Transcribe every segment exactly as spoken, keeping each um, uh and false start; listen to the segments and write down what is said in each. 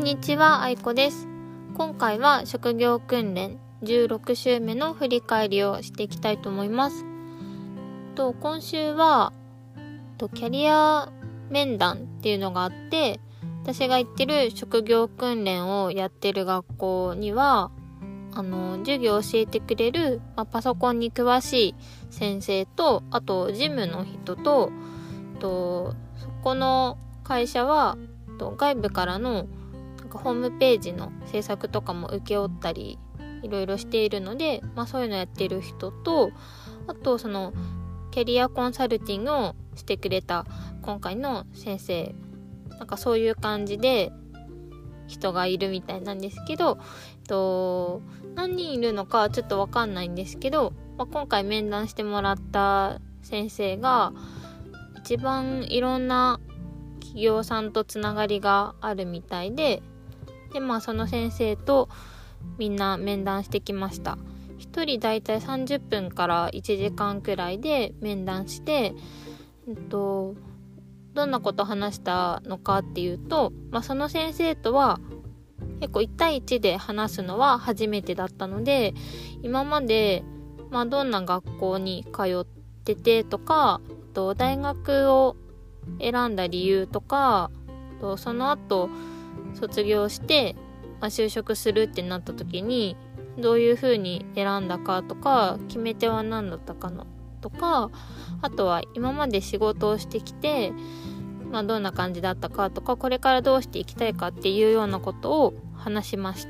んにちは、あいこです。今回は職業訓練じゅうろく週目の振り返りをしていきたいと思います。と今週はとキャリア面談っていうのがあって、私が行ってる職業訓練をやってる学校にはあの授業を教えてくれる、まあ、パソコンに詳しい先生と、あと事務の人と、とそこの会社はと外部からのなんかホームページの制作とかも請け負ったりいろいろしているので、まあ、そういうのやってる人と、あとそのキャリアコンサルティングをしてくれた今回の先生、なんかそういう感じで人がいるみたいなんですけど、と何人いるのかちょっとわかんないんですけど、まあ、今回面談してもらった先生が一番いろんな企業さんとつながりがあるみたいで、でまあその先生とみんな面談してきました。一人だいたいさんじゅっぷんからいちじかんくらいで面談して、えっと、どんなこと話したのかっていうと、まあ、その先生とは結構いち対いちで話すのは初めてだったので、今まで、まあ、どんな学校に通っててとか、と大学を選んだ理由とか、とその後卒業して、まあ、就職するってなった時にどういう風に選んだかとか、決め手は何だったかなとか、あとは今まで仕事をしてきて、まあ、どんな感じだったかとか、これからどうしていきたいかっていうようなことを話しました。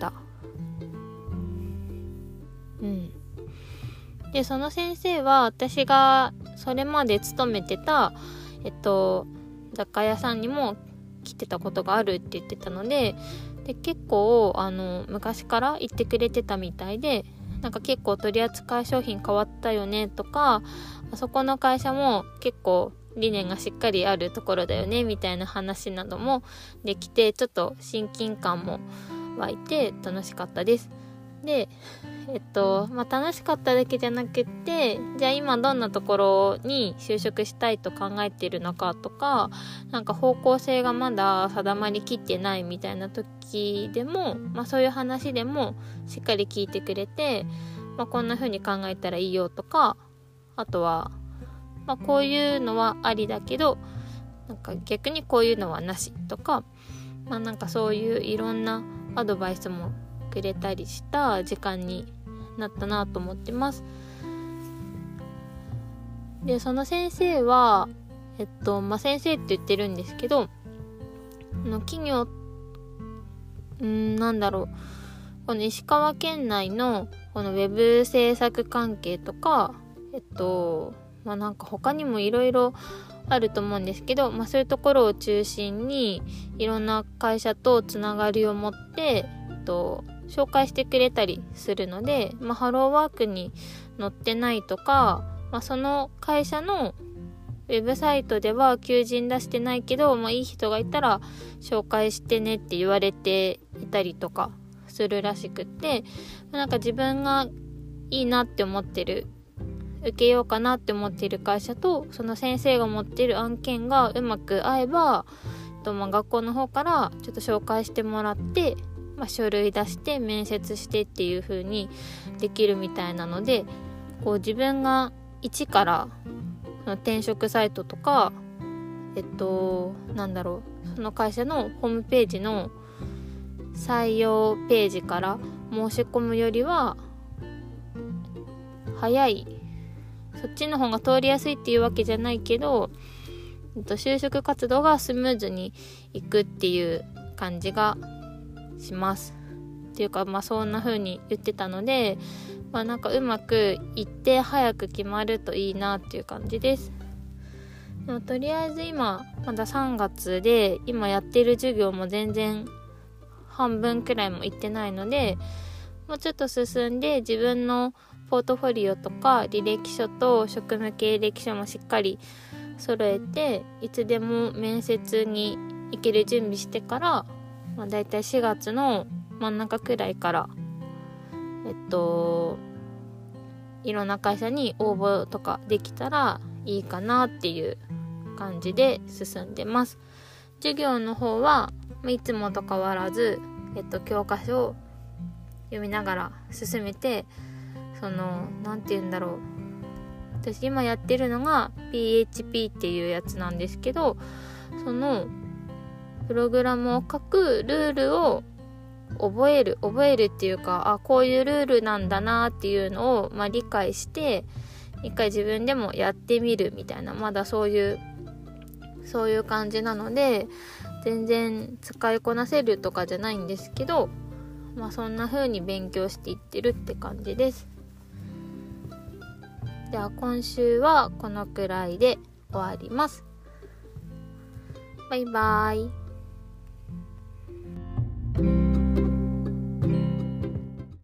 うんでその先生は私がそれまで勤めてたえっと雑貨屋さんにも来てたことがあるって言ってたので、で結構あの昔から言ってくれてたみたいで、なんか結構取り扱い商品変わったよねとか、あそこの会社も結構理念がしっかりあるところだよねみたいな話などもできて、ちょっと親近感も湧いて楽しかったです。でえっとまあ楽しかっただけじゃなくって、じゃあ今どんなところに就職したいと考えているのかとか、なんか方向性がまだ定まりきってないみたいな時でも、まあそういう話でもしっかり聞いてくれて、まあこんな風に考えたらいいよとか、あとはまあこういうのはありだけどなんか逆にこういうのはなしとか、まあなんかそういういろんなアドバイスもくれたりした時間になったなと思ってます。でその先生はえっとまあ先生って言ってるんですけど、あの企業んなんだろうこの石川県内のこのウェブ制作関係とか、えっとまあなんか他にもいろいろあると思うんですけど、まあそういうところを中心にいろんな会社とつながりを持って、えっと紹介してくれたりするので、まあ、ハローワークに載ってないとか、まあ、その会社のウェブサイトでは求人出してないけど、まあ、いい人がいたら紹介してねって言われていたりとかするらしくって、まあ、なんか自分がいいなって思ってる、受けようかなって思っている会社とその先生が持っている案件がうまく合えば、とまあ学校の方からちょっと紹介してもらって、まあ、書類出して面接してっていう風にできるみたいなので、こう自分が一から転職サイトとかえっとなんだろうその会社のホームページの採用ページから申し込むよりは早い、そっちの方が通りやすいっていうわけじゃないけど、えっと、就職活動がスムーズにいくっていう感じがしますっていうか、まあそんな風に言ってたので、まあなんかうまくいって早く決まるといいなっていう感じです。でもとりあえず今まださんがつで、今やってる授業も全然半分くらいもいってないので、もうちょっと進んで自分のポートフォリオとか履歴書と職務経歴書もしっかり揃えて、いつでも面接に行ける準備してから、まあ、だいたいしがつの真ん中くらいからえっといろんな会社に応募とかできたらいいかなっていう感じで進んでます。授業の方はいつもと変わらず、えっと、教科書を読みながら進めて、そのなんて言うんだろう、私今やってるのが ピーエイチピー っていうやつなんですけど、そのプログラムを書くルールを覚える覚えるっていうか、あ、こういうルールなんだなっていうのを、まあ、理解して一回自分でもやってみるみたいな、まだそういうそういう感じなので、全然使いこなせるとかじゃないんですけど、まあそんな風に勉強していってるって感じです。では今週はこのくらいで終わります。バイバーイ。